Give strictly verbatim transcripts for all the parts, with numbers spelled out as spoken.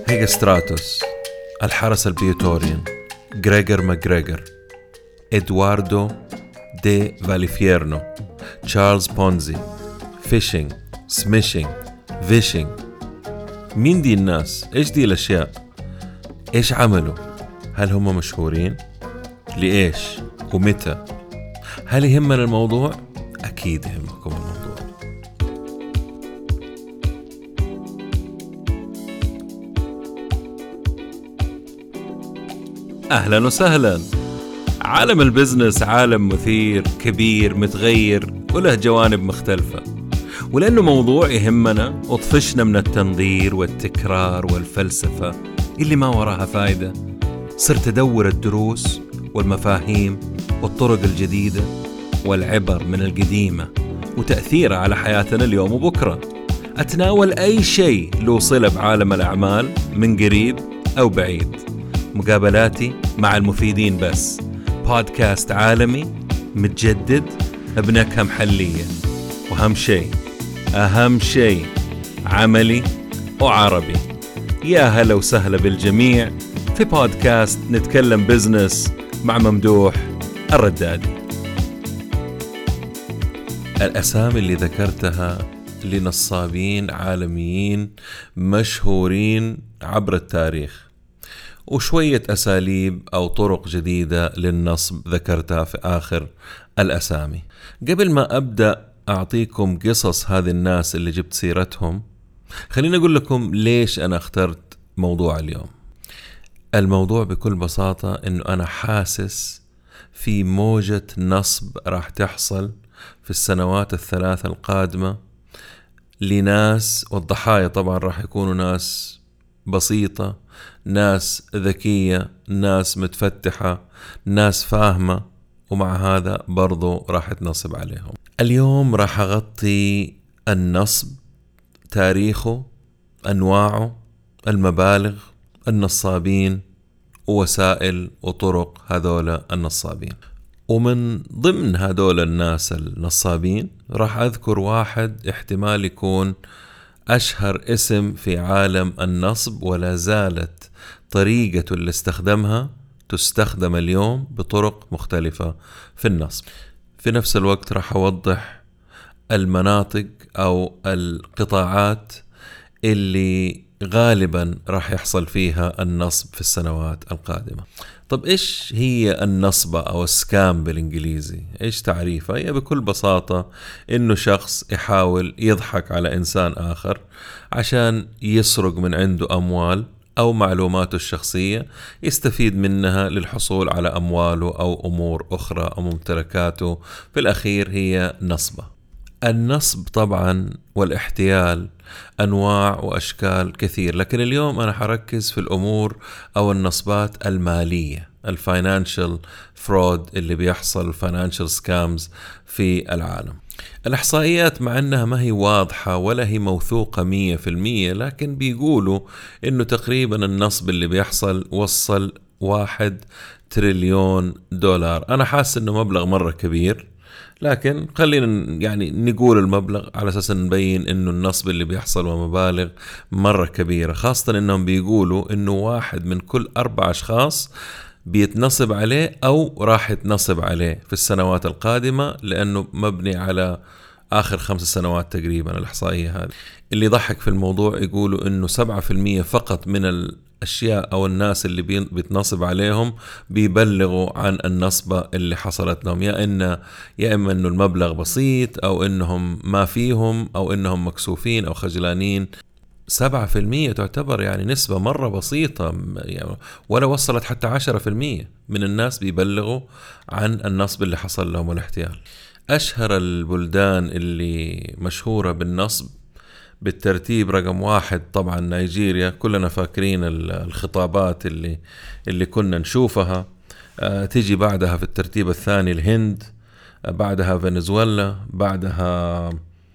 هيجستراتوس، الحرس البيوتوريان، غريغور ماغريغور، إدواردو دي فاليفيرنو، تشارلز بونزي، فيشينج، سميشينج، فيشينج. مين دي الناس؟ إيش دي الأشياء؟ إيش عملوا؟ هل هم مشهورين؟ لإيش؟ ومتى؟ هل يهمنا الموضوع؟ أكيد يهمكم الموضوع. أهلا وسهلا. عالم البزنس عالم مثير، كبير، متغير، وله جوانب مختلفة. ولأنه موضوع يهمنا وطفشنا من التنظير والتكرار والفلسفة اللي ما وراها فايدة، صرت أدور الدروس والمفاهيم والطرق الجديدة والعبر من القديمة وتأثيرها على حياتنا اليوم وبكرة. أتناول أي شيء له صلة بعالم الأعمال من قريب أو بعيد. مقابلاتي مع المفيدين بس. بودكاست عالمي متجدد بنكهة محلية، وأهم شيء أهم شيء عملي وعربي. يا هلا وسهلا بالجميع في بودكاست نتكلم بزنس مع ممدوح الردادي. الأسامي اللي ذكرتها لنصابين عالميين مشهورين عبر التاريخ، وشوية أساليب أو طرق جديدة للنصب ذكرتها في آخر الأسامي. قبل ما أبدأ أعطيكم قصص هذه الناس اللي جبت سيرتهم، خليني أقول لكم ليش أنا اخترت موضوع اليوم. الموضوع بكل بساطة إنه أنا حاسس في موجة نصب راح تحصل في السنوات الثلاثة القادمة لناس، والضحايا طبعا راح يكونوا ناس بسيطة، ناس ذكية، ناس متفتحة، ناس فاهمة، ومع هذا برضو راح يتنصب عليهم. اليوم راح أغطي النصب، تاريخه، أنواعه، المبالغ، النصابين، ووسائل وطرق هذول النصابين. ومن ضمن هذول الناس النصابين راح أذكر واحد احتمال يكون أشهر اسم في عالم النصب، ولا زالت طريقة اللي استخدمها تستخدم اليوم بطرق مختلفة في النصب. في نفس الوقت راح أوضح المناطق أو القطاعات اللي غالبا راح يحصل فيها النصب في السنوات القادمة. طب إيش هي النصبة أو السكام بالإنجليزي؟ إيش تعريفها؟ هي بكل بساطة إنه شخص يحاول يضحك على إنسان آخر عشان يسرق من عنده أموال أو معلوماته الشخصية، يستفيد منها للحصول على أمواله أو أمور أخرى أو ممتلكاته. في الأخير هي نصبة. النصب طبعا والاحتيال أنواع وأشكال كثير، لكن اليوم أنا حركز في الأمور أو النصبات المالية، الفاينانشال فرود اللي بيحصل، فاينانشال سكامز في العالم. الإحصائيات مع أنها ما هي واضحة ولا هي موثوقة مية في المية، لكن بيقولوا إنه تقريبا النصب اللي بيحصل وصل واحد تريليون دولار. أنا حاسس إنه مبلغ مرة كبير، لكن خلينا يعني نقول المبلغ على أساس نبين إنه النصب اللي بيحصل ومبالغ مرة كبيرة، خاصة إنهم بيقولوا إنه واحد من كل أربع أشخاص بيتنصب عليه أو راح يتنصب عليه في السنوات القادمة، لأنه مبني على آخر خمس سنوات تقريبا الإحصائية هذه. اللي ضحك في الموضوع يقولوا إنه سبعة في المية فقط من الأشياء أو الناس اللي بيتنصب عليهم بيبلغوا عن النصبة اللي حصلت لهم، يا إن يا إما إنه المبلغ بسيط أو إنهم ما فيهم أو إنهم مكسوفين أو خجلانين. سبعة في المية تعتبر يعني نسبة مرة بسيطة، يعني ولا وصلت حتى عشرة في المية من الناس بيبلغوا عن النصب اللي حصل لهم والاحتيال. أشهر البلدان اللي مشهورة بالنصب بالترتيب رقم واحد طبعا نيجيريا، كلنا فاكرين الخطابات اللي اللي كنا نشوفها. أه تيجي بعدها في الترتيب الثاني الهند، بعدها فنزويلا، بعدها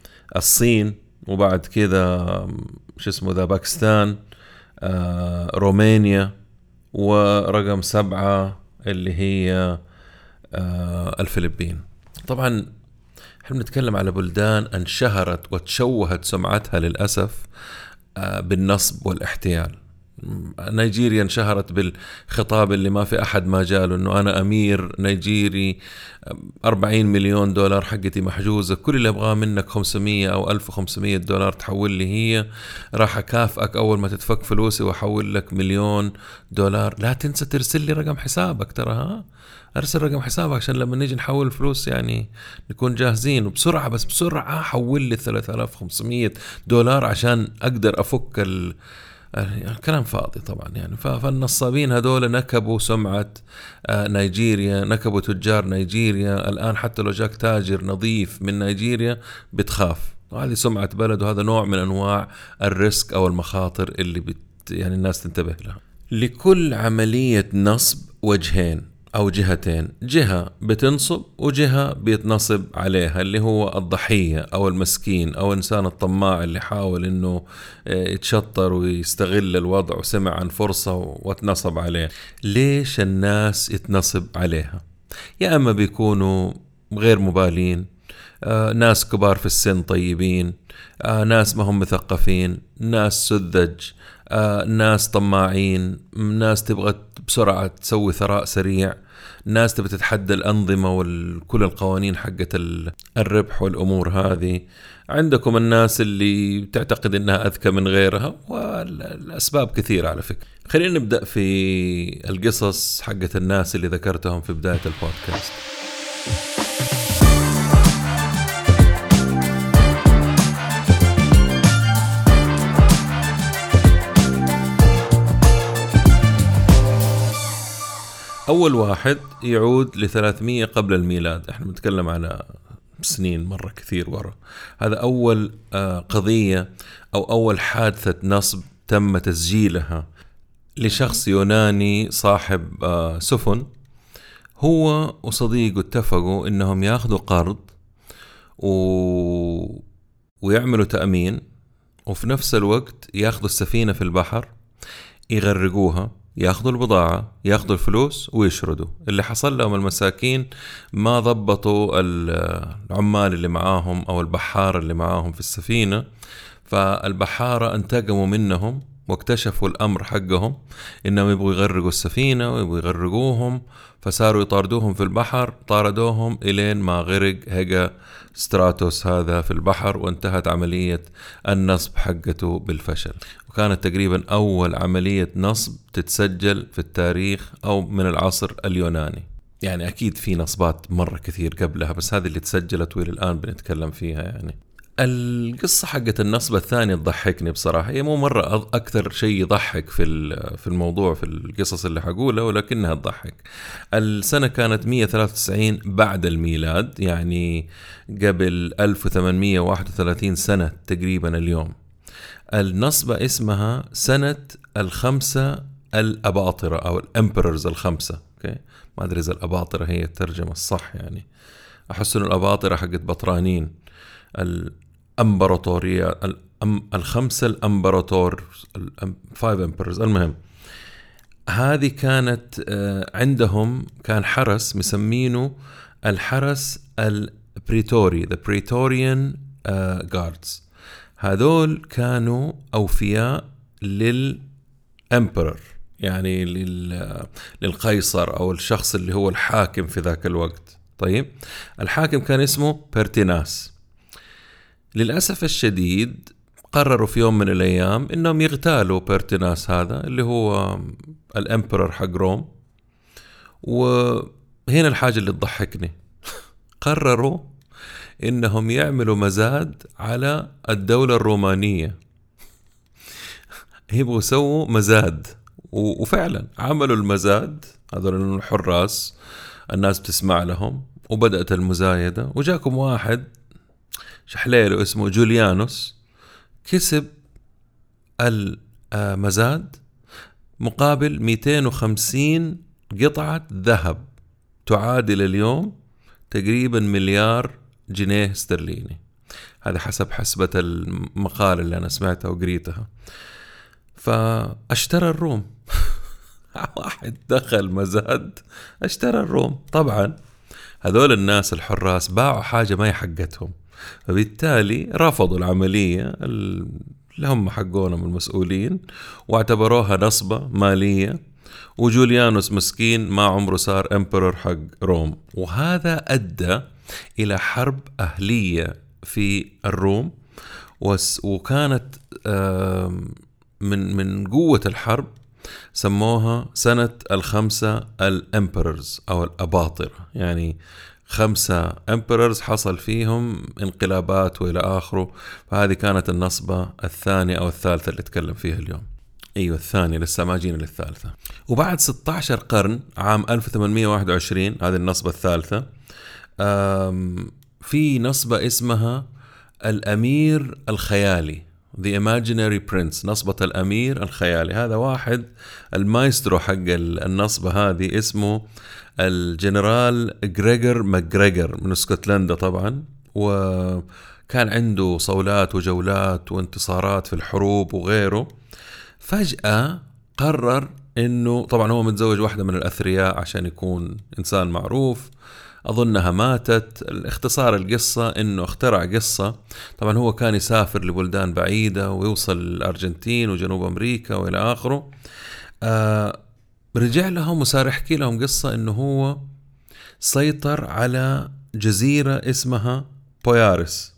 الصين، وبعد كذا شو اسمه ذا باكستان، أه رومانيا، ورقم سبعة اللي هي أه الفلبين. طبعا احنا بنتكلم على بلدان انشهرت وتشوهت سمعتها للأسف بالنصب والاحتيال. نيجيريا انشهرت بالخطاب اللي ما في أحد ما جاله، إنه أنا أمير نيجيري، أربعين مليون دولار حقتي محجوزة، كل اللي أبغاه منك خمسمية أو ألف وخمسمية دولار تحول لي هي، راح أكافئك أول ما تتفك فلوسي وأحول لك مليون دولار. لا تنسى ترسل لي رقم حسابك، ترى ها أرسل رقم حسابك عشان لما نيجي نحول الفلوس يعني نكون جاهزين، وبسرعة بس بسرعة حول لي ثلاثة آلاف وخمسمية دولار عشان أقدر أفك ال الكلام فاضي طبعا يعني. فالنصابين هذول نكبوا سمعة نيجيريا، نكبوا تجار نيجيريا. الآن حتى لو جاك تاجر نظيف من نيجيريا بتخاف، وهذه سمعة بلد، وهذا نوع من أنواع الريسك أو المخاطر اللي بت يعني الناس تنتبه لها. لكل عملية نصب وجهين أو جهتين، جهة بتنصب وجهة بيتنصب عليها، اللي هو الضحية أو المسكين أو إنسان الطماع اللي حاول إنه يتشطر ويستغل الوضع وسمع عن فرصة واتنصب عليه. ليش الناس يتنصب عليها؟ يا أما بيكونوا غير مبالين، آه ناس كبار في السن طيبين، آه ناس ما هم مثقفين، ناس سذج، آه ناس طماعين، ناس تبغى بسرعة تسوي ثراء سريع، ناس تبغى تتحدى الأنظمة وكل القوانين حقة الربح والأمور هذه. عندكم الناس اللي تعتقد أنها أذكى من غيرها، والأسباب كثيرة على فكرة. خلينا نبدأ في القصص حقة الناس اللي ذكرتهم في بداية البودكاست. أول واحد يعود لثلاثمية قبل الميلاد، احنا بنتكلم على سنين مرة كثير ورا. هذا أول قضية أو أول حادثة نصب تم تسجيلها لشخص يوناني صاحب سفن. هو وصديقه اتفقوا إنهم ياخذوا قرض و... ويعملوا تأمين، وفي نفس الوقت ياخذوا السفينة في البحر، يغرقوها، ياخذوا البضاعة، ياخذوا الفلوس ويشردوا. اللي حصل لهم المساكين ما ضبطوا العمال اللي معاهم أو البحارة اللي معاهم في السفينة، فالبحارة انتقموا منهم واكتشفوا الأمر حقهم إنهم يبغوا يغرقوا السفينة ويبغوا يغرقوهم، فصاروا يطاردوهم في البحر. طاردوهم إلين ما غرق هيجا ستراتوس هذا في البحر، وانتهت عملية النصب حقته بالفشل. وكانت تقريبا أول عملية نصب تتسجل في التاريخ أو من العصر اليوناني. يعني أكيد في نصبات مرة كثير قبلها، بس هذه اللي تسجلت وإلى الآن بنتكلم فيها. يعني القصة حقت النصب الثانية تضحكني بصراحة، هي مو مرة أكثر شيء يضحك في في الموضوع في القصص اللي حقولها، ولكنها تضحك. السنة كانت مية وثلاثة وتسعين بعد الميلاد، يعني قبل ألف وثمانمية وواحد وثلاثين سنة تقريبا اليوم. النصبة اسمها سنة الخمسة الأباطرة أو الأمبررز الخمسة. أوكي؟ ما أدري إذا الأباطرة هي الترجمة الصح، يعني أحس إنه الأباطرة حقت بطرانين. الأمبراطورية الأم الخمسة الأمبراطور الفايف أمبررز. المهم هذه كانت عندهم كان حرس مسمينه الحرس البريتوري the Praetorian Guards. هذول كانوا أوفياء للأمبرر، يعني للقيصر أو الشخص اللي هو الحاكم في ذاك الوقت. طيب الحاكم كان اسمه بيرتيناس. للأسف الشديد قرروا في يوم من الأيام إنهم يغتالوا بيرتيناس هذا اللي هو الأمبرر حق روم. وهنا الحاجة اللي تضحكني قرروا إنهم يعملوا مزاد على الدولة الرومانية. يبغوا يسووا مزاد، وفعلا عملوا المزاد. هذول الحراس الناس بتسمع لهم، وبدأت المزايدة. وجاكم واحد شحليله اسمه جوليانوس، كسب المزاد مقابل مئتين وخمسين قطعة ذهب تعادل اليوم تقريبا مليار جنيه استرليني. هذا حسب حسبة المقالة اللي أنا سمعتها وقريتها. فاشترى الروم. واحد دخل مزاد اشترى الروم. طبعا هذول الناس الحراس باعوا حاجة ما يحقتهم، فبالتالي رفضوا العملية. اللي هم حقونهم المسؤولين، واعتبروها نصبة مالية. وجوليانوس مسكين ما عمره صار امبرور حق روم، وهذا أدى إلى حرب أهلية في الروم. وكانت من من قوة الحرب سموها سنة الخمسة الامبرورز أو الأباطرة، يعني خمسة امبرورز حصل فيهم انقلابات وإلى آخره. فهذه كانت النصبة الثانية أو الثالثة اللي اتكلم فيها اليوم. أيوة الثانية، لسه ما جينا للثالثة. وبعد ستة عشر قرن، عام ألف وثمانمائة وواحد وعشرين، هذه النصبة الثالثة، في نصبة اسمها الأمير الخيالي، The Imaginary Prince، نصبة الأمير الخيالي. هذا واحد المايسترو حق النصبة هذه اسمه الجنرال غريغور ماكغريغور من اسكتلندا طبعا، وكان عنده صولات وجولات وانتصارات في الحروب وغيره. فجأة قرر انه، طبعا هو متزوج واحدة من الأثرياء عشان يكون إنسان معروف، أظنها ماتت. الاختصار القصة إنه اخترع قصة. طبعا هو كان يسافر لبلدان بعيدة ويوصل الأرجنتين وجنوب أمريكا وإلى آخره. آه رجع لهم وصار يحكي لهم قصة إنه هو سيطر على جزيرة اسمها بويارس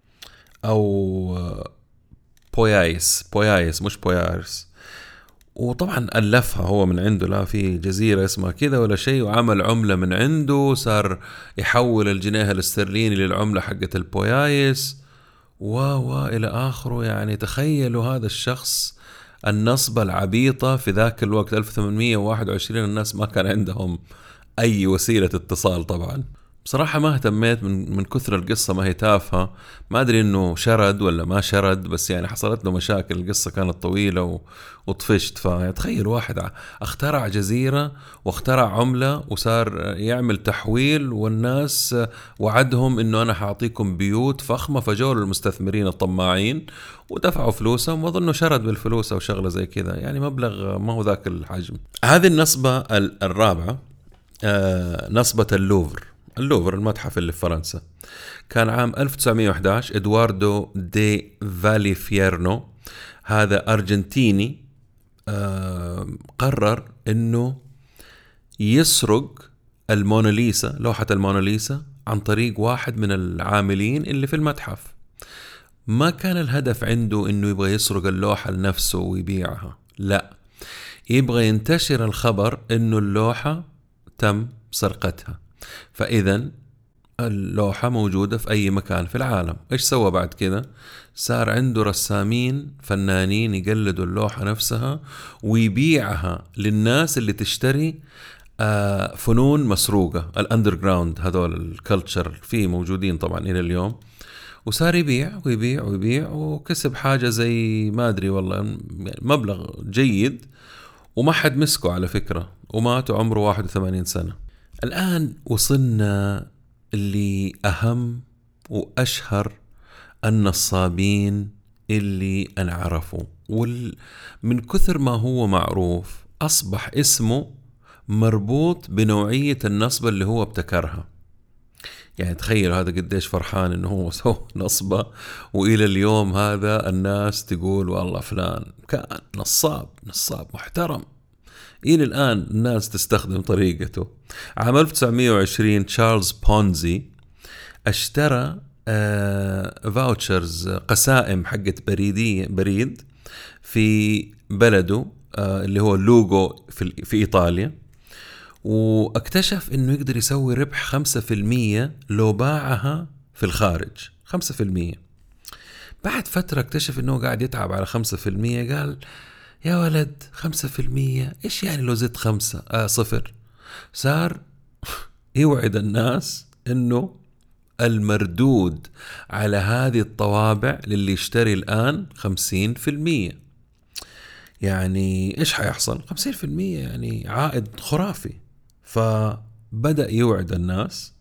أو بويايس بويايس مش بويارس. وطبعا ألفها هو من عنده، لا في جزيرة اسمها كذا ولا شيء، وعمل عملة من عنده، صار يحول الجنيه الاسترليني للعملة حقة البويايس و و إلى آخره. يعني تخيلوا هذا الشخص، النصبة العبيطة في ذاك الوقت ألف وثمانمائة وواحد وعشرين، الناس ما كان عندهم أي وسيلة اتصال. طبعا بصراحة ما اهتميت من من كثر القصة، ما هي تافهة، ما أدري إنه شرد ولا ما شرد، بس يعني حصلت له مشاكل، القصة كانت طويلة و... وطفشت. فتخيل واحد اخترع جزيرة واخترع عملة وصار يعمل تحويل، والناس وعدهم إنه أنا حاعطيكم بيوت فخمة، فجول المستثمرين الطماعين ودفعوا فلوسهم، وظنوا شرد بالفلوس أو شغلة زي كذا، يعني مبلغ ما هو ذاك الحجم. هذه النصبة الرابعة، آه نصبة اللوفر. اللوفر المتحف اللي في فرنسا، كان عام ألف وتسعمائة وأحد عشر. إدواردو دي فاليفيرنو، هذا أرجنتيني، آه قرر إنه يسرق الموناليزا، لوحة الموناليزا، عن طريق واحد من العاملين اللي في المتحف. ما كان الهدف عنده إنه يبغى يسرق اللوحة لنفسه ويبيعها، لا، يبغى ينتشر الخبر إنه اللوحة تم سرقتها. فإذا اللوحة موجودة في أي مكان في العالم. إيش سوى بعد كده؟ صار عنده رسامين فنانين يقلدوا اللوحة نفسها ويبيعها للناس اللي تشتري آه فنون مسروقة، الأندرغراوند، هذول الكالتشر فيه موجودين طبعا إلى اليوم. وصار يبيع ويبيع ويبيع، وكسب حاجة زي ما أدري والله مبلغ جيد، وما حد مسكه على فكرة، ومات عمره واحد وثمانين سنة. الآن وصلنا لأهم وأشهر النصابين اللي انعرفوا، ومن كثر ما هو معروف أصبح اسمه مربوط بنوعية النصبة اللي هو ابتكرها. يعني تخيل هذا قديش فرحان إنه هو سوى نصبة، وإلى اليوم هذا الناس تقول والله فلان كان نصاب نصاب محترم. إلى الآن الناس تستخدم طريقته. عام ألف وتسعمائة وعشرين تشارلز بونزي اشترى آه فاوتشرز، قسائم حقت بريدية بريد في بلده آه اللي هو لوغو في, في إيطاليا، واكتشف إنه يقدر يسوي ربح خمسة في المية لو باعها في الخارج. خمسة في المية. بعد فترة اكتشف إنه قاعد يتعب على خمسة في المية، قال يا ولد خمسة في المية إيش يعني لو زدت خمسة آه صفر. صار يوعد الناس إنه المردود على هذه الطوابع للي يشتري الآن خمسين في المية. يعني إيش حيحصل؟ خمسين في المية يعني عائد خرافي. فبدأ يوعد الناس،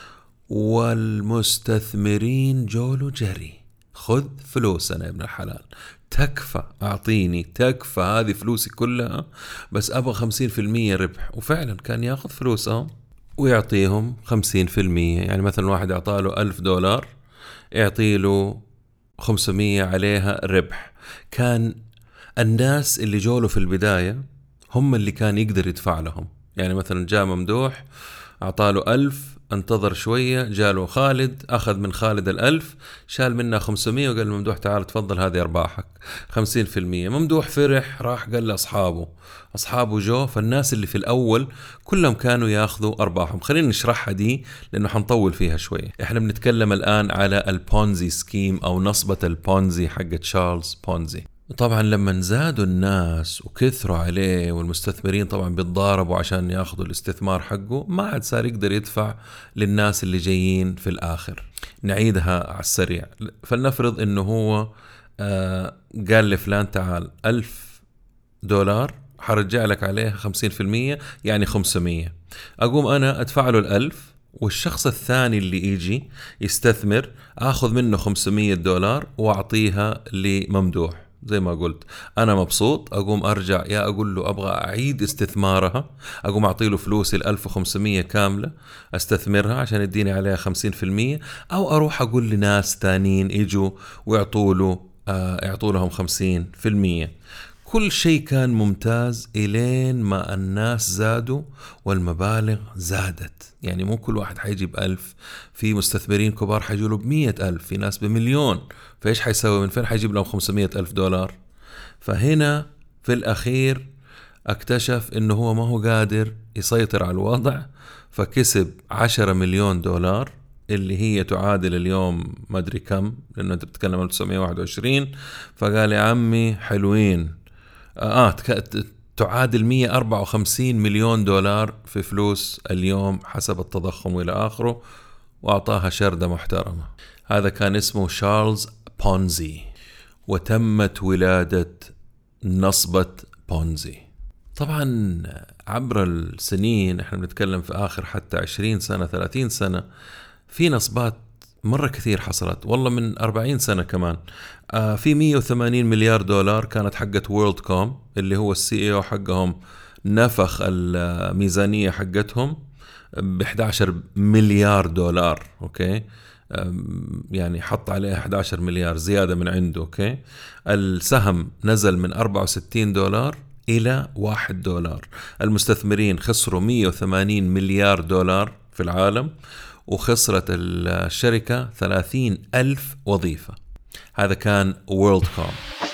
والمستثمرين جولوا جري، خذ فلوسنا يا ابن الحلال، تكفى أعطيني، تكفى هذه فلوسي كلها، بس أبغى خمسين في المية ربح. وفعلا كان يأخذ فلوسهم ويعطيهم خمسين في المية. يعني مثلا واحد أعطاله ألف دولار، يعطيله خمسمية عليها ربح. كان الناس اللي جوله في البداية هم اللي كان يقدر يدفع لهم. يعني مثلا جاء ممدوح أعطاله ألف، انتظر شوية، جاله خالد أخذ من خالد الألف، شال منها خمسمية وقال ممدوح تعال تفضل هذه أرباحك خمسين في المية. ممدوح فرح، راح قال لأصحابه، أصحابه جو، فالناس اللي في الأول كلهم كانوا ياخذوا أرباحهم. خلينا نشرحها دي لأنه حنطول فيها شوية. إحنا بنتكلم الآن على البونزي سكيم أو نصبة البونزي حق تشارلز بونزي. طبعا لما زادوا الناس وكثروا عليه والمستثمرين طبعا بيتضاربوا عشان ياخذوا الاستثمار حقه، ما عاد صار يقدر يدفع للناس اللي جايين في الآخر. نعيدها على السريع. فلنفرض انه هو آه قال لفلان تعال ألف دولار حرجع لك عليها خمسين في المية يعني خمسمية. أقوم أنا أدفع له الألف، والشخص الثاني اللي يجي يستثمر آخذ منه خمسمية دولار وأعطيها لممدوح. زي ما قلت أنا مبسوط، أقوم أرجع يا أقول له أبغى أعيد استثمارها، أقوم أعطي له فلوسي الألف وخمسمية كاملة أستثمرها عشان يديني عليها خمسين في المية، أو أروح أقول لناس تانين يجوا ويعطوا له آه يعطوا لهم خمسين في المية. كل شيء كان ممتاز إلين ما الناس زادوا والمبالغ زادت. يعني مو كل واحد حيجي بألف، في مستثمرين كبار حيجوا بمية ألف، في ناس بمليون. فإيش حيسوي؟ من فين حيجيب لهم خمسمية ألف دولار؟ فهنا في الأخير اكتشف إنه هو ما هو قادر يسيطر على الوضع، فكسب عشرة مليون دولار اللي هي تعادل اليوم ما أدري كم، لأنه أنت بتتكلم ألف وتسعمية وواحد وعشرين. فقال يا عمي حلوين، آه تعادل مية وأربعة وخمسين مليون دولار في فلوس اليوم حسب التضخم وإلى آخره، وأعطاها شردة محترمة. هذا كان اسمه شارلز بونزي، وتمت ولادة نصبة بونزي. طبعا عبر السنين، احنا بنتكلم في آخر حتى عشرين سنة ثلاثين سنة، في نصبات مرة كثير حصلت، والله من أربعين سنة كمان. آه في مية وثمانين مليار دولار كانت حقت وورلد كوم، اللي هو السي اي او حقهم نفخ الميزانية حقتهم ب إحدى عشر مليار دولار. اوكي، يعني حط عليه إحدى عشر مليار زيادة من عنده. اوكي، السهم نزل من أربعة وستين دولار إلى واحد دولار. المستثمرين خسروا مية وثمانين مليار دولار في العالم، وخسرت الشركة ثلاثين ألف وظيفة. هذا كان وورلد كوم.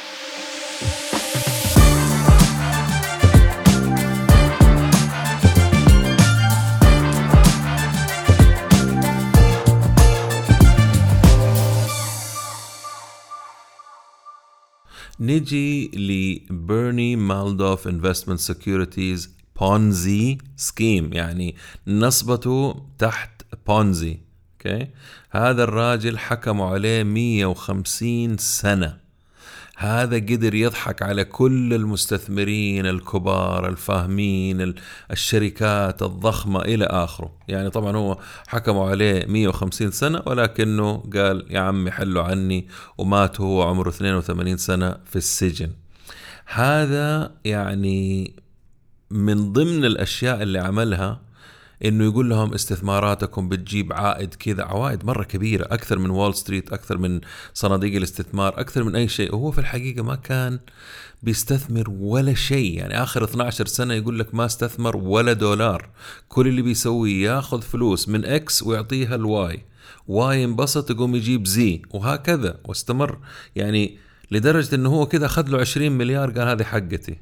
نجي لبرني مالدوف انفستمنت سيكوريتيز بونزي سكيم، يعني نصبته تحت بونزي. اوكي، هذا الراجل حكموا عليه مية وخمسين سنة. هذا قدر يضحك على كل المستثمرين الكبار الفاهمين الشركات الضخمة إلى آخره. يعني طبعا هو حكموا عليه مية وخمسين سنة، ولكنه قال يا عمي حلوا عني، ومات هو عمره اثنين وثمانين سنة في السجن. هذا يعني من ضمن الأشياء اللي عملها إنه يقول لهم استثماراتكم بتجيب عائد كذا، عوائد مرة كبيرة، أكثر من وول ستريت، أكثر من صناديق الاستثمار، أكثر من أي شيء. وهو في الحقيقة ما كان بيستثمر ولا شيء. يعني آخر اثنتي عشرة سنة يقول لك ما استثمر ولا دولار. كل اللي بيسويه ياخذ فلوس من إكس ويعطيها الواي، واي انبسط يقوم يجيب زي، وهكذا واستمر. يعني لدرجة إنه هو كذا أخذ له عشرين مليار، قال هذه حقتي.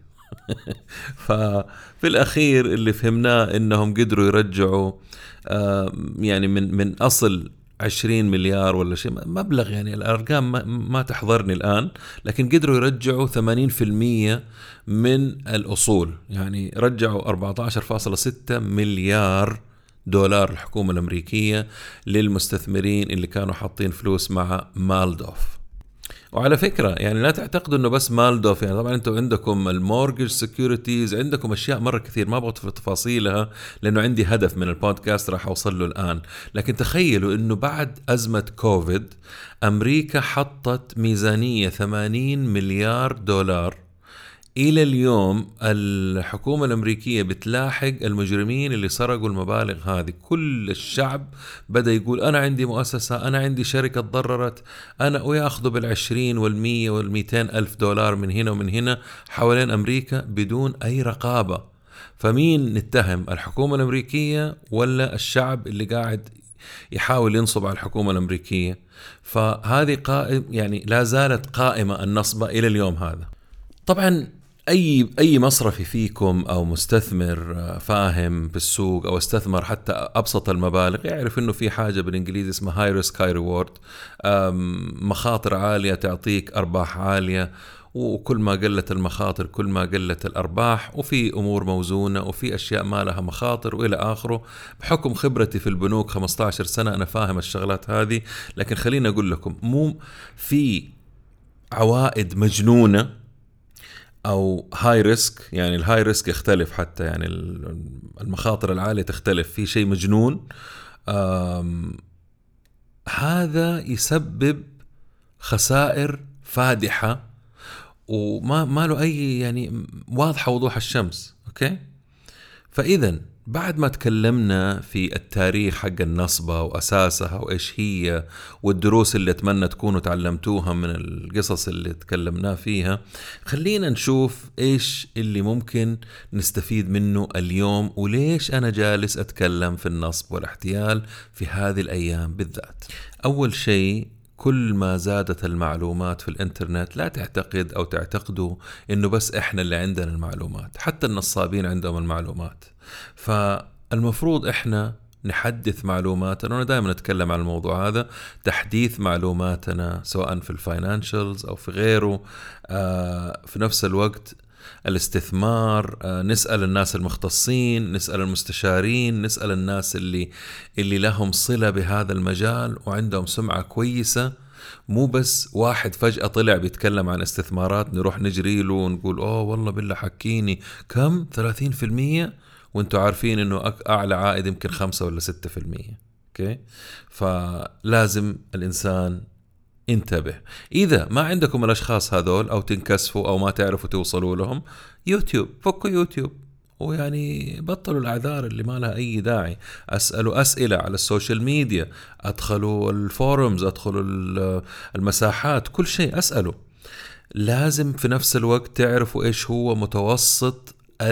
ففي الأخير اللي فهمناه إنهم قدروا يرجعوا آه يعني من من أصل عشرين مليار ولا شيء، مبلغ يعني الأرقام ما, ما تحضرني الآن، لكن قدروا يرجعوا ثمانين في المية من الأصول. يعني رجعوا أربعة عشر فاصلة ستة مليار دولار الحكومة الأمريكية للمستثمرين اللي كانوا حاطين فلوس مع مالدوف. وعلى فكرة يعني لا تعتقدوا انه بس مالدوف، يعني طبعا انتم عندكم المورجج سيكوريتيز، عندكم اشياء مرة كثير ما بغط في تفاصيلها لانه عندي هدف من البودكاست راح اوصل له الان. لكن تخيلوا انه بعد ازمة كوفيد امريكا حطت ميزانية ثمانين مليار دولار إلى اليوم الحكومة الأمريكية بتلاحق المجرمين اللي سرقوا المبالغ هذه. كل الشعب بدأ يقول أنا عندي مؤسسة، أنا عندي شركة تضررت، أنا ويأخذوا بالعشرين والمية والميتين ألف دولار من هنا ومن هنا حوالين أمريكا بدون أي رقابة. فمين نتهم، الحكومة الأمريكية ولا الشعب اللي قاعد يحاول ينصب على الحكومة الأمريكية؟ فهذه قائم يعني لا زالت قائمة النصبة إلى اليوم هذا. طبعا أي أي مصرفي فيكم أو مستثمر فاهم بالسوق أو استثمر حتى أبسط المبالغ يعرف إنه في حاجة بالإنجليزي اسمها هاي ريسك هاي ريورد، مخاطر عالية تعطيك أرباح عالية، وكل ما قلت المخاطر كل ما قلت الأرباح، وفي أمور موزونة وفي أشياء ما لها مخاطر وإلى آخره. بحكم خبرتي في البنوك خمسة عشر سنة أنا فاهم الشغلات هذه. لكن خليني أقول لكم، مو في عوائد مجنونة أو هاي ريسك، يعني الهاي ريسك يختلف، حتى يعني المخاطر العالية تختلف، في شيء مجنون هذا يسبب خسائر فادحة وما ما له أي يعني واضحة وضوح الشمس. أوكي، فإذا بعد ما تكلمنا في التاريخ حق النصبة وأساسها وإيش هي والدروس اللي أتمنى تكونوا تعلمتوها من القصص اللي تكلمنا فيها، خلينا نشوف إيش اللي ممكن نستفيد منه اليوم، وليش أنا جالس أتكلم في النصب والاحتيال في هذه الأيام بالذات. أول شيء، كل ما زادت المعلومات في الانترنت لا تعتقد أو تعتقدوا إنه بس إحنا اللي عندنا المعلومات، حتى النصابين عندهم المعلومات. فالمفروض إحنا نحدث معلوماتنا، وأنا دائما أتكلم عن الموضوع هذا، تحديث معلوماتنا سواء في الفاينانشلز أو في غيره. آه في نفس الوقت الاستثمار، آه نسأل الناس المختصين، نسأل المستشارين، نسأل الناس اللي اللي لهم صلة بهذا المجال وعندهم سمعة كويسة. مو بس واحد فجأة طلع بيتكلم عن استثمارات نروح نجري له ونقول أوه والله بالله حكيني كم ثلاثين في المية وانتوا عارفين انه اعلى عائد يمكن خمسة ولا ستة في المية. اوكي، فلازم الانسان انتبه. إذا ما عندكم الأشخاص هذول أو تنكسفوا أو ما تعرفوا توصلوا لهم، يوتيوب، فكوا يوتيوب ويعني بطلوا الأعذار اللي ما لها أي داعي. أسألوا أسئلة على السوشيال ميديا، أدخلوا الفورمز، أدخلوا المساحات، كل شيء أسألوا. لازم في نفس الوقت تعرفوا إيش هو متوسط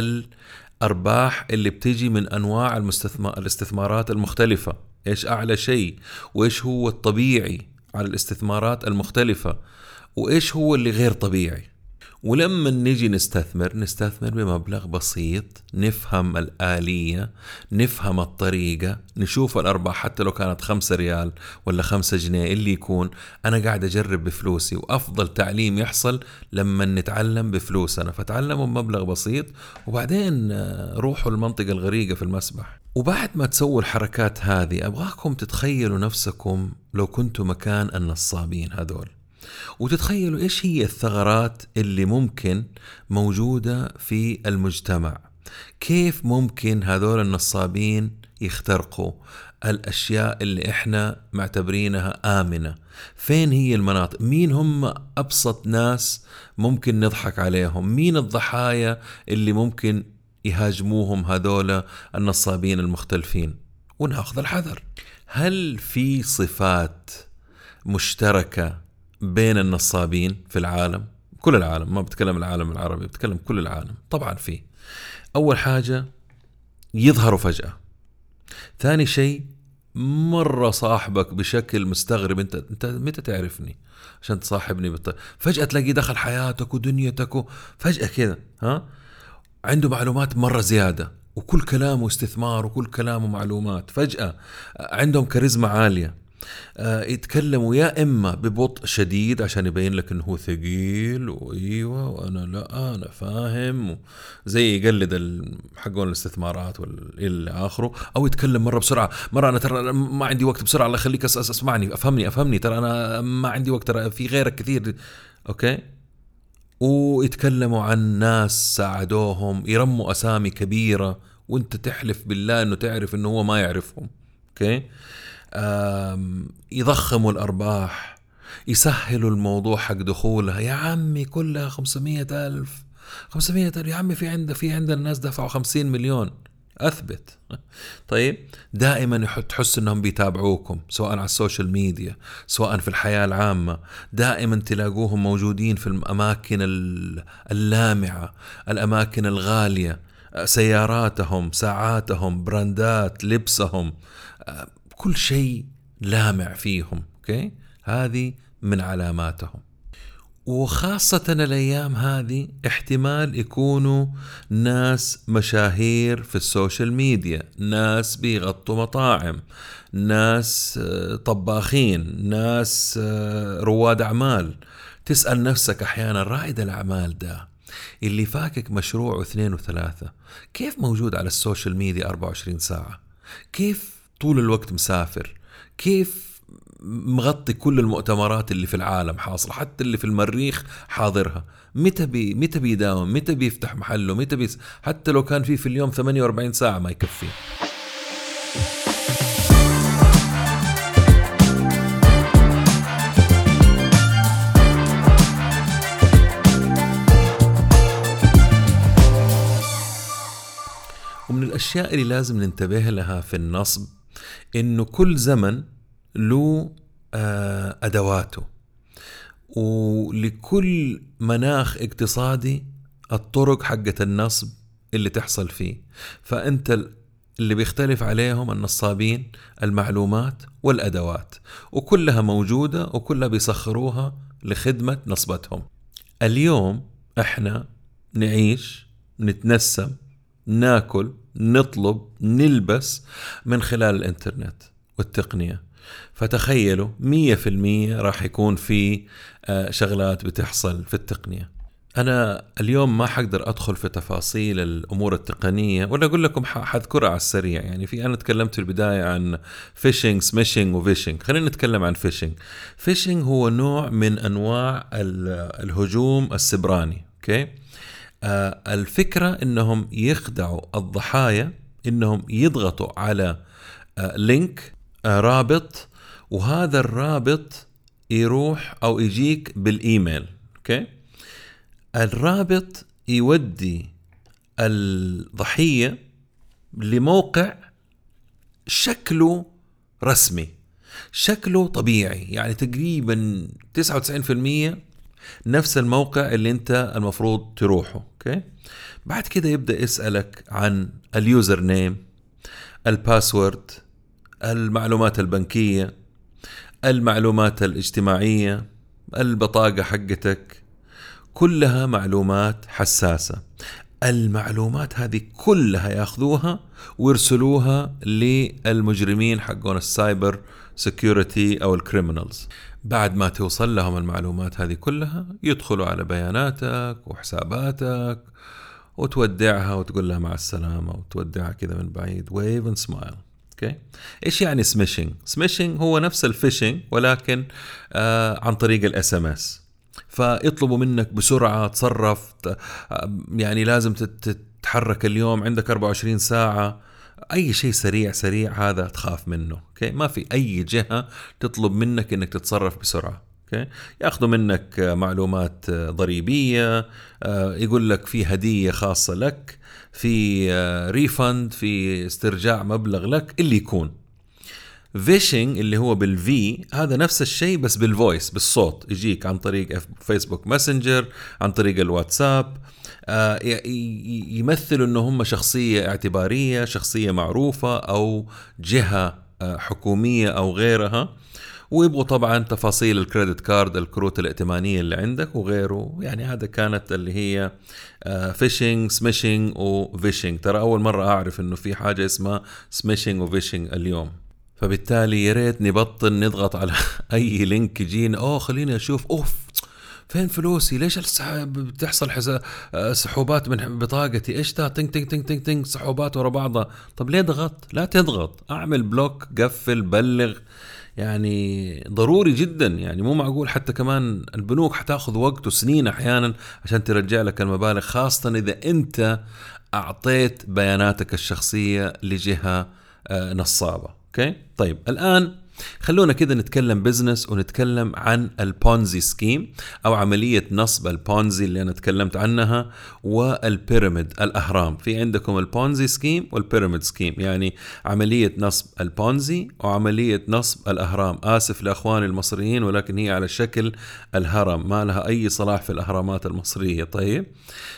الأرباح اللي بتيجي من أنواع الاستثمارات المختلفة، إيش أعلى شيء، وإيش هو الطبيعي على الاستثمارات المختلفة، وإيش هو اللي غير طبيعي. ولما نيجي نستثمر نستثمر بمبلغ بسيط، نفهم الآلية، نفهم الطريقة، نشوف الأرباح حتى لو كانت خمسة ريال ولا خمسة جنيه اللي يكون. أنا قاعد أجرب بفلوسي، وأفضل تعليم يحصل لما نتعلم بفلوسنا. فتعلموا بمبلغ بسيط وبعدين روحوا المنطقة الغريقة في المسبح. وبعد ما تسووا الحركات هذه أبغاكم تتخيلوا نفسكم لو كنتوا مكان النصابين هذول، وتتخيلوا إيش هي الثغرات اللي ممكن موجودة في المجتمع. كيف ممكن هذول النصابين يخترقوا الأشياء اللي إحنا معتبرينها آمنة؟ فين هي المناطق؟ مين هم أبسط ناس ممكن نضحك عليهم؟ مين الضحايا اللي ممكن يهاجموهم هذول النصابين المختلفين؟ ونأخذ الحذر. هل في صفات مشتركة بين النصابين في العالم؟ كل العالم، ما بتكلم العالم العربي، بتكلم كل العالم. طبعا في. أول حاجة، يظهروا فجأة. ثاني شيء، مرة صاحبك بشكل مستغرب، انت انت متى تعرفني عشان تصاحبني بالط... فجأة تلاقيه دخل حياتك ودنيتك فجأة كذا، ها، عنده معلومات مرة زيادة، وكل كلامه استثمار وكل كلامه معلومات. فجأة عندهم كاريزما عالية، يتكلموا يا إما ببطء شديد عشان يبين لك إنه هو ثقيل وإيوه وأنا لا أنا فاهم، زي يقلد حقون الاستثمارات والإلى آخره، أو يتكلم مرة بسرعة، مرة أنا ترى ما عندي وقت، بسرعة الله يخليك أسمعني أفهمني أفهمني ترى أنا ما عندي وقت، ترى في غيرك كثير. أوكي، ويتكلموا عن ناس ساعدوهم، يرموا أسامي كبيرة وانت تحلف بالله انه تعرف انه هو ما يعرفهم. اوكي، يضخموا الأرباح، يسهلوا الموضوع حق دخولها، يا عمي كلها خمسمية ألف خمسمية ألف يا عمي، في عند في عندنا الناس دفعوا خمسين مليون. أثبت. طيب دائما تحس أنهم بيتابعوكم، سواء على السوشيال ميديا سواء في الحياة العامة، دائما تلاقوهم موجودين في الأماكن اللامعة، الأماكن الغالية، سياراتهم، ساعاتهم، براندات، لبسهم، كل شيء لامع فيهم. أوكي؟ هذه من علاماتهم. وخاصة الأيام هذه احتمال يكونوا ناس مشاهير في السوشيال ميديا، ناس بيغطوا مطاعم، ناس طباخين، ناس رواد أعمال. تسأل نفسك أحيانا رائد الأعمال ده اللي فاكك مشروع واثنين وثلاثة كيف موجود على السوشيال ميديا أربعة وعشرين ساعة؟ كيف طول الوقت مسافر؟ كيف مغطي كل المؤتمرات اللي في العالم حاصل، حتى اللي في المريخ حاضرها؟ متى بي متى بيداوم؟ متى بيفتح محله؟ متى بيس حتى لو كان فيه في اليوم ثمانية وأربعين ساعة ما يكفي. ومن الأشياء اللي لازم ننتبه لها في النصب إنه كل زمن له أدواته، ولكل مناخ اقتصادي الطرق حقة النصب اللي تحصل فيه. فأنت اللي بيختلف عليهم النصابين المعلومات والأدوات، وكلها موجودة وكلها بيسخروها لخدمة نصبتهم. اليوم احنا نعيش، نتنسم، ناكل، نطلب، نلبس من خلال الانترنت والتقنية. فتخيلوا مية في المية راح يكون في شغلات بتحصل في التقنية. أنا اليوم ما حقدر أدخل في تفاصيل الأمور التقنية، ولا أقول لكم حذكرها على السريع. يعني في أنا تكلمت في البداية عن فيشنج، سميشنج وفيشنج. خلينا نتكلم عن فيشنج. فيشنج هو نوع من أنواع الهجوم السبراني. أوكي؟ آه الفكرة إنهم يخدعوا الضحايا إنهم يضغطوا على آه لينك، آه رابط، وهذا الرابط يروح أو يجيك بالإيميل. أوكي؟ الرابط يودي الضحية لموقع شكله رسمي، شكله طبيعي، يعني تقريبا تسعة وتسعين بالمية نفس الموقع اللي انت المفروض تروحه. اوكي؟ بعد كده يبدأ يسألك عن اليوزر نيم، الباسورد، المعلومات البنكية، المعلومات الاجتماعية، البطاقة حقتك، كلها معلومات حساسة. المعلومات هذه كلها ياخذوها ويرسلوها للمجرمين حقون السايبر سيكيورتي أو الكريمنالز. بعد ما توصل لهم المعلومات هذه كلها يدخلوا على بياناتك وحساباتك وتودعها وتقول لها مع السلامة، وتودعها كذا من بعيد wave and smile. اوكي؟ ايش يعني سميشنج؟ سميشنج هو نفس الفيشنج ولكن آه عن طريق الاس ام اس. فيطلبوا منك بسرعة تصرف، يعني لازم تتحرك اليوم، عندك أربعة وعشرين ساعة، أي شيء سريع سريع هذا تخاف منه. أوكي؟ ما في أي جهة تطلب منك إنك تتصرف بسرعة. أوكي؟ يأخذوا منك معلومات ضريبية، يقول لك في هدية خاصة لك، في ريفند، في استرجاع مبلغ لك، اللي يكون. فيشنج اللي هو بالفي هذا نفس الشيء بس بالفويس، بالصوت، يجيك عن طريق فيسبوك ماسنجر، عن طريق الواتساب. آه يمثلوا انه هم شخصية اعتبارية، شخصية معروفة او جهة آه حكومية او غيرها، ويبغوا طبعا تفاصيل الكريدت كارد، الكروت الائتمانية اللي عندك وغيره. يعني هذا كانت اللي هي آه فيشنج، سميشنج وفيشنج. ترى اول مرة اعرف انه في حاجة اسمها سميشنج وفيشنج اليوم. فبالتالي يا ريت نبطل نضغط على اي لينك يجينا، اوه خليني اشوف اوف فين فلوسي، ليش بتحصل حساب سحوبات من بطاقتي، ايش ده تنك تنك تنك تنك تنك سحوبات ورا بعضها. طب ليه ضغطت؟ لا تضغط، اعمل بلوك، قفل، بلغ. يعني ضروري جدا، يعني مو معقول. حتى كمان البنوك حتاخذ وقت وسنين احيانا عشان ترجع لك المبالغ، خاصة اذا انت اعطيت بياناتك الشخصية لجهة نصابة. اوكي؟ طيب الان خلونا كده نتكلم بزنس ونتكلم عن البونزي سكيم أو عملية نصب البونزي اللي أنا تكلمت عنها، والبيراميد الأهرام. في عندكم البونزي سكيم والبيراميد سكيم، يعني عملية نصب البونزي وعملية نصب الأهرام. آسف لأخواني المصريين، ولكن هي على شكل الهرم، ما لها أي صلاح في الأهرامات المصرية. طيب،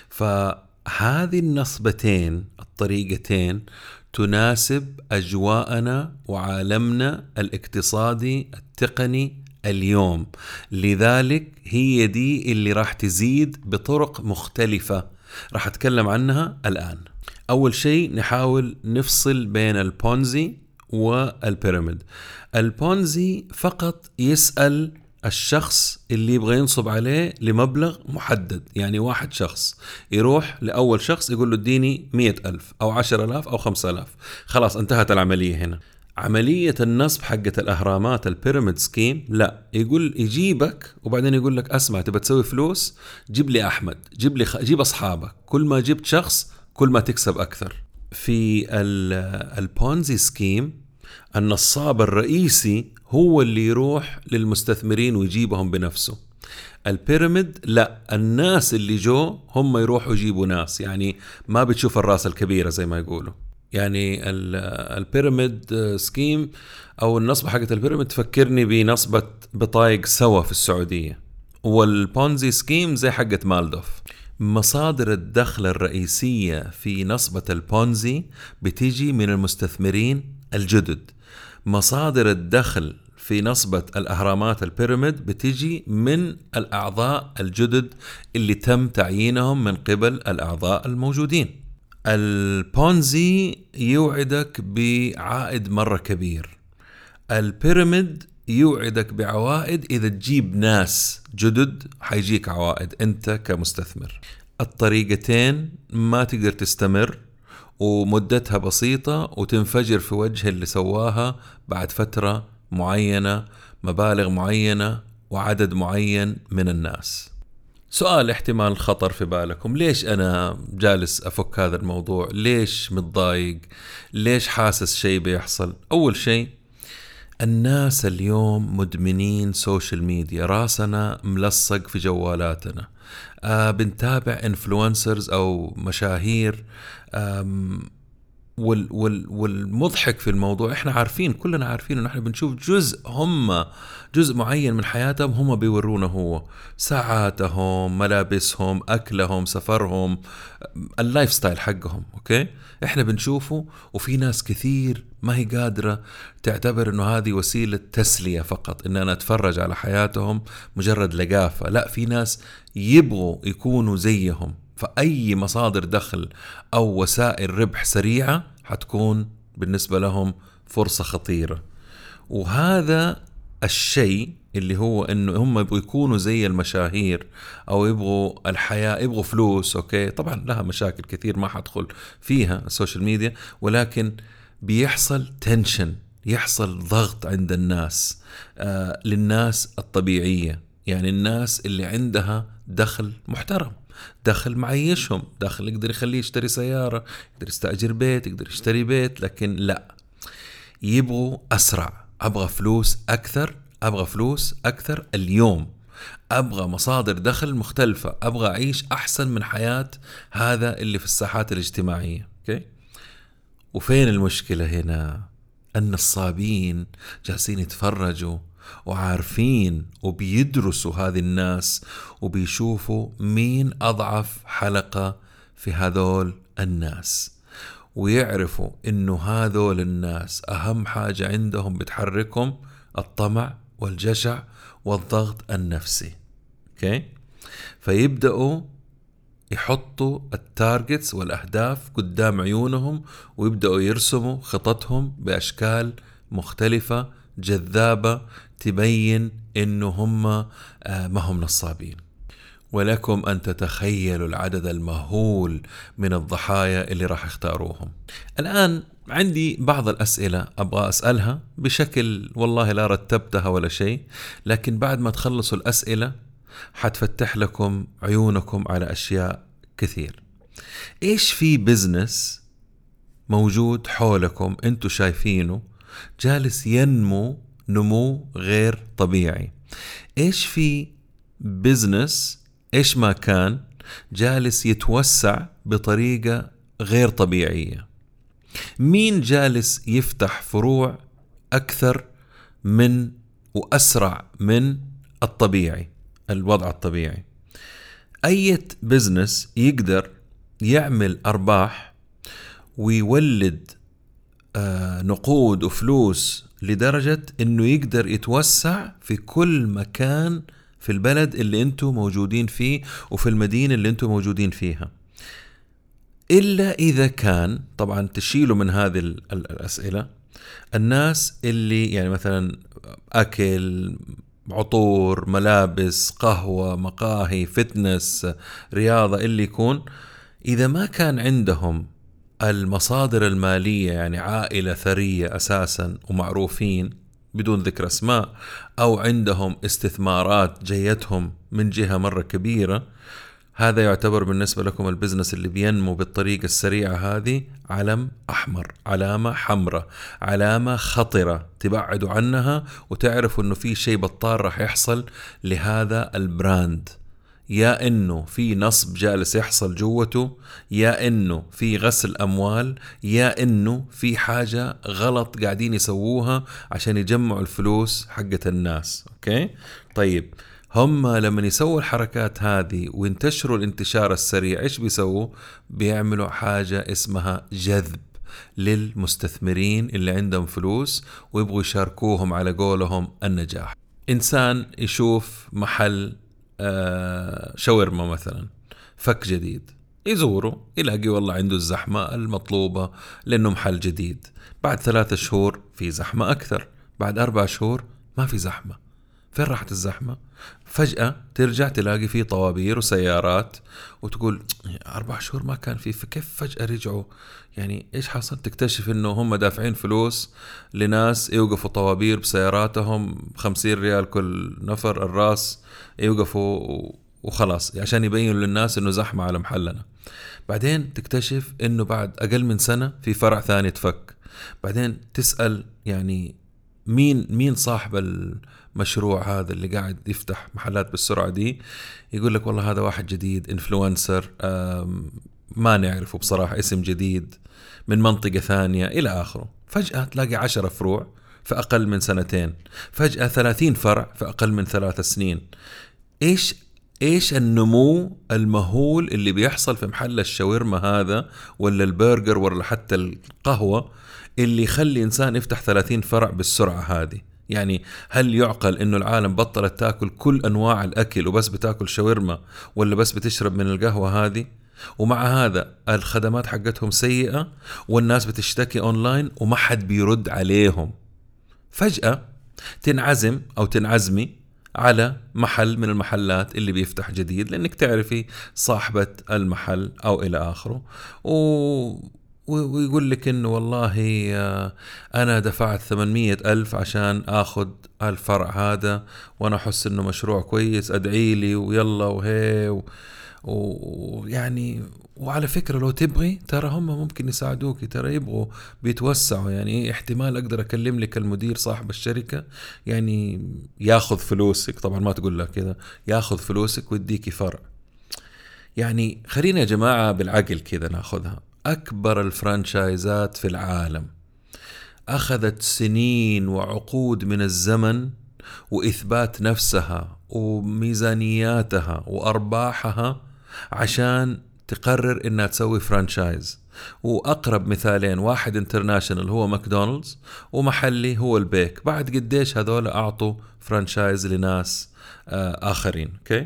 فهذه النصبتين الطريقتين تناسب أجواءنا وعالمنا الاقتصادي التقني اليوم، لذلك هي دي اللي راح تزيد بطرق مختلفة راح أتكلم عنها الآن. أول شيء نحاول نفصل بين البونزي والبيراميد. البونزي فقط يسأل الشخص اللي يبغى ينصب عليه لمبلغ محدد، يعني واحد شخص يروح لأول شخص يقول له اديني مئة ألف أو عشر ألاف أو خمسة ألاف، خلاص انتهت العملية هنا. عملية النصب حقة الأهرامات البيراميد سكيم لا، يقول يجيبك وبعدين يقول لك أسمع تبى تسوي فلوس، جيب لي أحمد، جيب لي خ... جيب أصحابك، كل ما جبت شخص كل ما تكسب أكثر. في البونزي سكيم النصاب الرئيسي هو اللي يروح للمستثمرين ويجيبهم بنفسه. البيراميد لا، الناس اللي جو هم يروحوا يجيبوا ناس، يعني ما بتشوف الراس الكبيرة زي ما يقولوا. يعني البيراميد سكيم أو النصبة حقت البيراميد تفكرني بنصبة بطايق سوا في السعودية، والبونزي سكيم زي حقت مالدوف. مصادر الدخل الرئيسية في نصبة البونزي بتيجي من المستثمرين الجدد. مصادر الدخل في نصبة الأهرامات البيراميد بتيجي من الأعضاء الجدد اللي تم تعيينهم من قبل الأعضاء الموجودين. البونزي يوعدك بعائد مرة كبير، البيراميد يوعدك بعوائد إذا تجيب ناس جدد حيجيك عوائد أنت كمستثمر. الطريقتين ما تقدر تستمر، ومدتها بسيطة وتنفجر في وجه اللي سواها بعد فترة معينة، مبالغ معينة وعدد معين من الناس. سؤال احتمال خطر في بالكم، ليش أنا جالس أفك هذا الموضوع؟ ليش متضايق؟ ليش حاسس شيء بيحصل؟ أول شيء، الناس اليوم مدمنين سوشيال ميديا، راسنا ملصق في جوالاتنا، آه بنتابع انفلونسرز أو مشاهير. وال وال والمضحك في الموضوع، احنا عارفين، كلنا عارفين ان احنا بنشوف جزء هم جزء معين من حياتهم هم بيورونا، هو ساعاتهم، ملابسهم، اكلهم، سفرهم، اللايف ستايل حقهم. اوكي، احنا بنشوفه، وفي ناس كثير ما هي قادرة تعتبر انه هذه وسيلة تسلية فقط، ان انا اتفرج على حياتهم مجرد لقافة. لا، في ناس يبغوا يكونوا زيهم، فأي مصادر دخل أو وسائل ربح سريعة حتكون بالنسبة لهم فرصة خطيرة. وهذا الشيء اللي هو إنه هم يبغوا يكونوا زي المشاهير أو يبغوا الحياة، يبغوا فلوس. أوكي، طبعا لها مشاكل كثير ما حدخل فيها السوشيال ميديا، ولكن بيحصل تنشن، يحصل ضغط عند الناس آه للناس الطبيعية، يعني الناس اللي عندها دخل محترم، دخل معيشهم، دخل يقدر يخليه يشتري سيارة، يقدر يستأجر بيت، يقدر يشتري بيت. لكن لا، يبغوا أسرع، أبغى فلوس أكثر، أبغى فلوس أكثر اليوم، أبغى مصادر دخل مختلفة، أبغى أعيش أحسن من حياة هذا اللي في الساحات الاجتماعية. أوكي؟ وفين المشكلة هنا؟ النصابين جالسين يتفرجوا وعارفين وبيدرسوا هذه الناس، وبيشوفوا مين أضعف حلقة في هذول الناس، ويعرفوا إنه هذول الناس أهم حاجة عندهم بتحركهم الطمع والجشع والضغط النفسي. أوكي؟ فيبدأوا يحطوا التارجتس والأهداف قدام عيونهم، ويبدأوا يرسموا خططهم بأشكال مختلفة جذابة تبين إنه هم ما هم نصابين. ولكم أن تتخيلوا العدد المهول من الضحايا اللي راح يختاروهم. الآن عندي بعض الأسئلة أبغى أسألها بشكل والله لا رتبتها ولا شيء، لكن بعد ما تخلصوا الأسئلة حتفتح لكم عيونكم على أشياء كثير. إيش في بزنس موجود حولكم أنتوا شايفينه جالس ينمو نمو غير طبيعي. إيش في بزنس إيش ما كان جالس يتوسع بطريقة غير طبيعية؟ مين جالس يفتح فروع أكثر من وأسرع من الطبيعي، الوضع الطبيعي؟ أي بزنس يقدر يعمل أرباح ويولد آه نقود وفلوس لدرجة إنه يقدر يتوسع في كل مكان في البلد اللي أنتم موجودين فيه وفي المدينة اللي أنتم موجودين فيها، إلا إذا كان طبعا تشيلوا من هذه الأسئلة الناس اللي يعني مثلا أكل، عطور، ملابس، قهوة، مقاهي، فتنس، رياضة، اللي يكون إذا ما كان عندهم المصادر المالية، يعني عائلة ثرية أساسا ومعروفين بدون ذكر أسماء، أو عندهم استثمارات جيتهم من جهة مرة كبيرة، هذا يعتبر بالنسبة لكم البزنس اللي بينمو بالطريقة السريعة هذه علم أحمر، علامة حمراء، علامة خطرة تبعدوا عنها وتعرفوا أنه في شيء بطال رح يحصل لهذا البراند. يا إنه في نصب جالس يحصل جوته، يا إنه في غسل أموال، يا إنه في حاجة غلط قاعدين يسووها عشان يجمعوا الفلوس حقة الناس. أوكي؟ طيب هم لما يسووا الحركات هذه وينتشروا الانتشار السريع، إيش بيسووا؟ بيعملوا حاجة اسمها جذب للمستثمرين اللي عندهم فلوس ويبغوا يشاركوهم على قولهم النجاح. إنسان يشوف محل آه شاورما مثلا فك جديد، يزوره يلاقي والله عنده الزحمة المطلوبة لأنه محل جديد. بعد ثلاثة شهور في زحمة أكثر، بعد أربع شهور ما في زحمة. فين راحت الزحمة؟ فجأة ترجع تلاقي فيه طوابير وسيارات وتقول أربع شهور ما كان فيه، فكيف فجأة رجعوا؟ يعني إيش حصل؟ تكتشف إنه هم دافعين فلوس لناس يوقفوا طوابير بسياراتهم خمسين ريال كل نفر الراس، يوقفوا وخلاص عشان يبينوا للناس إنه زحمة على محلنا. بعدين تكتشف إنه بعد أقل من سنة في فرع ثاني تفك. بعدين تسأل يعني مين مين صاحب المشروع هذا اللي قاعد يفتح محلات بالسرعة دي؟ يقول لك والله هذا واحد جديد انفلونسر ما نعرفه بصراحة، اسم جديد من منطقة ثانية إلى آخره. فجأة تلاقي عشرة فروع في أقل من سنتين، فجأة ثلاثين فرع في أقل من ثلاث سنين. إيش إيش النمو المهول اللي بيحصل في محل الشاورما هذا ولا البرجر ولا حتى القهوة اللي يخلي إنسان يفتح ثلاثين فرع بالسرعة هذه؟ يعني هل يعقل إنه العالم بطلت تأكل كل أنواع الأكل وبس بتأكل شاورما، ولا بس بتشرب من القهوة هذه؟ ومع هذا الخدمات حقتهم سيئة والناس بتشتكي أونلاين وما حد بيرد عليهم. فجأة تنعزم أو تنعزمي على محل من المحلات اللي بيفتح جديد لأنك تعرفي صاحبة المحل أو إلى آخره، و... ويقول لك إنه والله أنا دفعت ثمانمية ألف عشان أخذ الفرع هذا وأنا أحس إنه مشروع كويس، أدعي لي ويلا وهي ويعني و... وعلى فكرة لو تبغي ترى هم ممكن يساعدوك، ترى يبغوا بيتوسعوا، يعني احتمال أقدر أكلم لك المدير صاحب الشركة يعني ياخذ فلوسك، طبعا ما تقول لك كذا، ياخذ فلوسك ويديكي فرع. يعني خلينا يا جماعة بالعقل كذا ناخذها. أكبر الفرانشايزات في العالم أخذت سنين وعقود من الزمن وإثبات نفسها وميزانياتها وأرباحها عشان تقرر إنها تسوي فرانشايز. وأقرب مثالين، واحد انترناشنال هو ماكدونالدز، ومحلي هو البيك. بعد قديش هذول أعطوا فرانشايز لناس آخرين. أوكي؟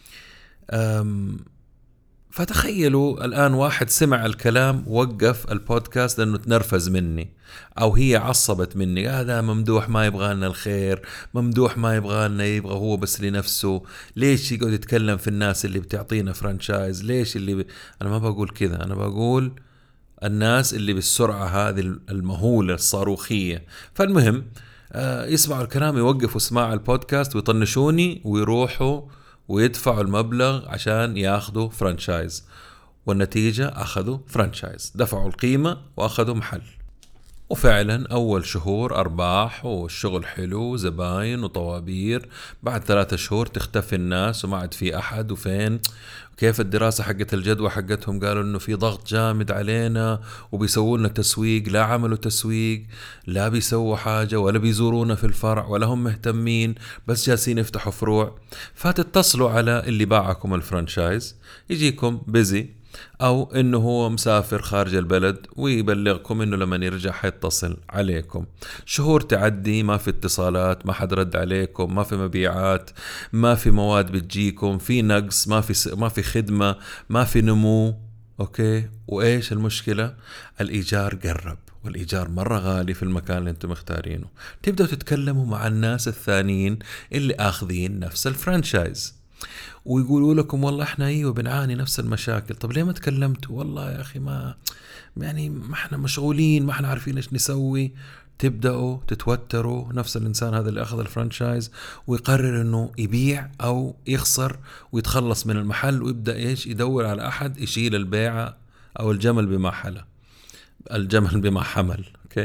فتخيلوا الآن واحد سمع الكلام وقف البودكاست لأنه تنرفز مني أو هي عصبت مني، هذا ممدوح ما يبغى لنا الخير، ممدوح ما يبغى لنا، يبغى هو بس لنفسه، ليش يقعد يتكلم في الناس اللي بتعطينا فرانشايز؟ ليش اللي ب... أنا ما بقول كذا، أنا بقول الناس اللي بالسرعة هذه المهولة الصاروخية. فالمهم آه يسمعوا الكلام، يوقفوا سماع البودكاست ويطنشوني ويروحوا ويدفعوا المبلغ عشان ياخذوا فرانشايز، والنتيجة أخذوا فرانشايز، دفعوا القيمة وأخذوا محل. وفعلا أول شهور أرباح والشغل حلو، زباين وطوابير. بعد ثلاثة شهور تختفي الناس وما عاد في أحد، وفين كيف الدراسة حقت الجدوى حقتهم؟ قالوا إنه في ضغط جامد علينا وبيسووا لنا تسويق. لا عملوا تسويق، لا بيسووا حاجة، ولا بيزورونا في الفرع، ولا هم مهتمين، بس جالسين يفتحوا فروع. فتتصلوا على اللي باعكم الفرانشايز يجيكم بيزي، أو إنه هو مسافر خارج البلد ويبلغكم إنه لما يرجع حيتصل عليكم. شهور تعدي، ما في اتصالات، ما حد رد عليكم، ما في مبيعات، ما في مواد بتجيكم، في نقص، ما في س... ما في خدمة، ما في نمو. أوكي، وإيش المشكلة؟ الإيجار قرب، والإيجار مرة غالي في المكان اللي أنتم مختارينه. تبدأوا تتكلموا مع الناس الثانيين اللي آخذين نفس الفرانشايز، ويقولوا لكم والله احنا ايوه بنعاني نفس المشاكل. طب ليه ما تكلمتوا؟ والله يا اخي ما يعني ما احنا مشغولين، ما احنا عارفين ايش نسوي. تبدأوا تتوتروا. نفس الانسان هذا اللي اخذ الفرانشايز ويقرر انه يبيع او يخسر ويتخلص من المحل، ويبدأ ايش؟ يدور على احد يشيل البيعة، او الجمل بما حلا، الجمل بما حمل. اوكي،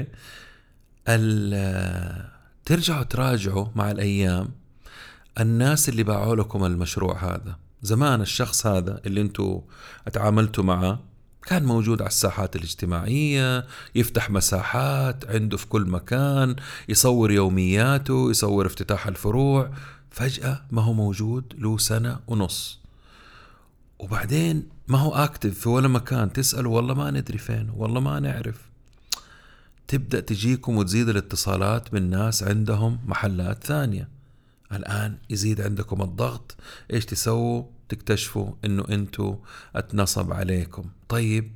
ترجعوا تراجعوا مع الايام الناس اللي باعوا لكم المشروع هذا. زمان الشخص هذا اللي انتوا اتعاملتوا معه كان موجود على الساحات الاجتماعية، يفتح مساحات عنده في كل مكان، يصور يومياته، يصور افتتاح الفروع. فجأة ما هو موجود له سنة ونص، وبعدين ما هو اكتف في ولا مكان. تسأله والله ما ندري فين، والله ما نعرف. تبدأ تجيكم وتزيد الاتصالات من ناس عندهم محلات ثانية. الآن يزيد عندكم الضغط. إيش تسووا؟ تكتشفوا إنه أنتوا اتنصب عليكم. طيب،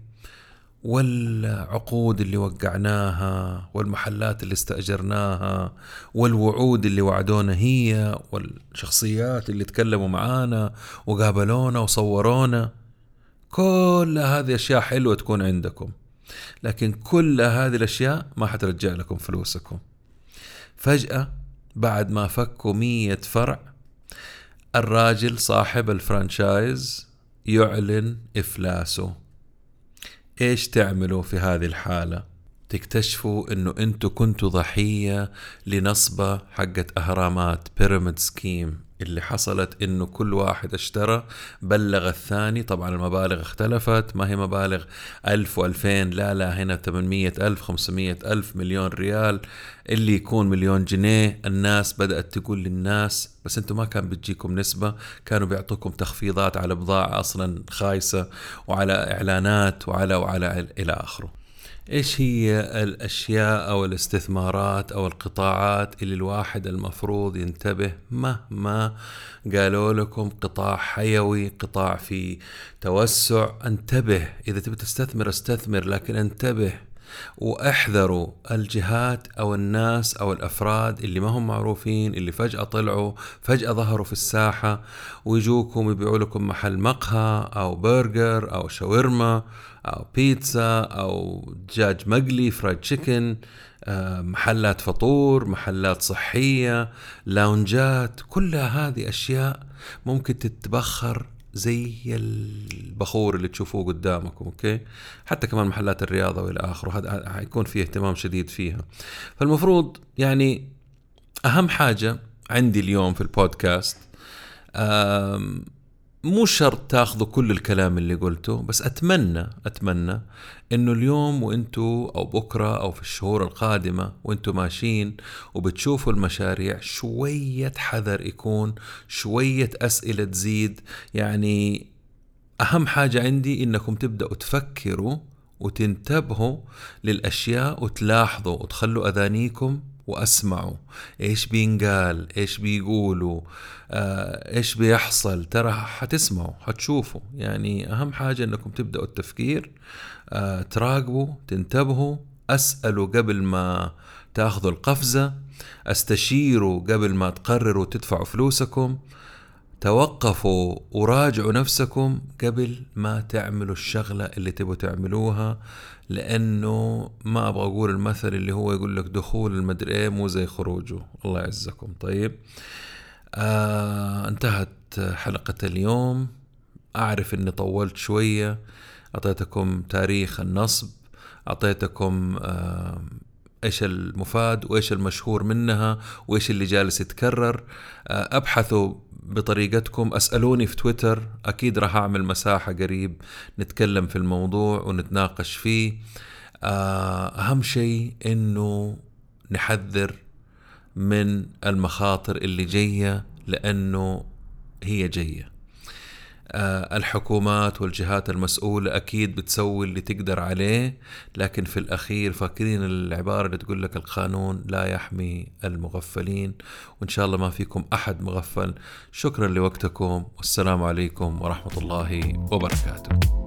والعقود اللي وقعناها، والمحلات اللي استأجرناها، والوعود اللي وعدونا هي، والشخصيات اللي تكلموا معانا وقابلونا وصورونا، كل هذه أشياء حلوة تكون عندكم، لكن كل هذه الأشياء ما حترجع لكم فلوسكم. فجأة بعد ما فكوا مية فرع، الراجل صاحب الفرانشايز يعلن إفلاسه. إيش تعملوا في هذه الحالة؟ تكتشفوا إنه أنتوا كنتوا ضحية لنصبة حقت أهرامات، بيراميد سكيم، اللي حصلت إنه كل واحد اشترى بلغ الثاني. طبعا المبالغ اختلفت، ما هي مبالغ ألف وألفين، لا لا، هنا ثمانمية ألف، خمسمية ألف، مليون ريال، اللي يكون مليون جنيه. الناس بدأت تقول للناس بس انتم ما كان بتجيكم نسبة، كانوا بيعطوكم تخفيضات على بضاعة أصلا خايسة، وعلى إعلانات، وعلى وعلى إلى آخره. إيش هي الأشياء أو الاستثمارات أو القطاعات اللي الواحد المفروض ينتبه؟ مهما قالوا لكم قطاع حيوي، قطاع في توسع، انتبه. إذا تبي تستثمر استثمر، لكن انتبه واحذروا الجهات أو الناس أو الأفراد اللي ما هم معروفين، اللي فجأة طلعوا، فجأة ظهروا في الساحة ويجوكم يبيعوا لكم محل مقهى أو برجر أو شاورما أو بيتزا أو دجاج مقلي، فرايد تشيكن، محلات فطور، محلات صحية، لاونجات. كل هذه أشياء ممكن تتبخر زي البخور اللي تشوفوه قدامكم. اوكي، حتى كمان محلات الرياضة والى اخره، هذا هيكون فيه اهتمام شديد فيها. فالمفروض يعني اهم حاجة عندي اليوم في البودكاست، مو شرط تاخذوا كل الكلام اللي قلته، بس أتمنى أتمنى إنه اليوم وإنتوا أو بكرة أو في الشهور القادمة وإنتوا ماشيين وبتشوفوا المشاريع، شوية حذر يكون، شوية أسئلة تزيد. يعني أهم حاجة عندي إنكم تبدأوا تفكروا وتنتبهوا للأشياء وتلاحظوا وتخلوا أذانيكم وأسمعوا إيش بينقال، إيش بيقولوا، آه، إيش بيحصل. ترى حتسمعوا، حتشوفوا. يعني أهم حاجة أنكم تبدأوا التفكير، آه، تراقبوا، تنتبهوا، أسألوا قبل ما تأخذوا القفزة، استشيروا قبل ما تقرروا تدفعوا فلوسكم، توقفوا وراجعوا نفسكم قبل ما تعملوا الشغلة اللي تبوا تعملوها. لأنه ما أبغى أقول المثل اللي هو يقول لك دخول المدري إيه مو زي خروجه. الله يعزكم. طيب، آه انتهت حلقة اليوم. أعرف أني طولت شوية، أعطيتكم تاريخ النصب، أعطيتكم آه إيش المفاد وإيش المشهور منها وإيش اللي جالس يتكرر. أبحثوا بطريقتكم، أسألوني في تويتر، أكيد راح أعمل مساحة قريب نتكلم في الموضوع ونتناقش فيه. أهم شيء إنه نحذر من المخاطر اللي جاية، لأنه هي جاية. الحكومات والجهات المسؤولة أكيد بتسوي اللي تقدر عليه، لكن في الأخير فاكرين العبارة اللي تقول لك القانون لا يحمي المغفلين، وإن شاء الله ما فيكم أحد مغفل. شكرا لوقتكم، والسلام عليكم ورحمة الله وبركاته.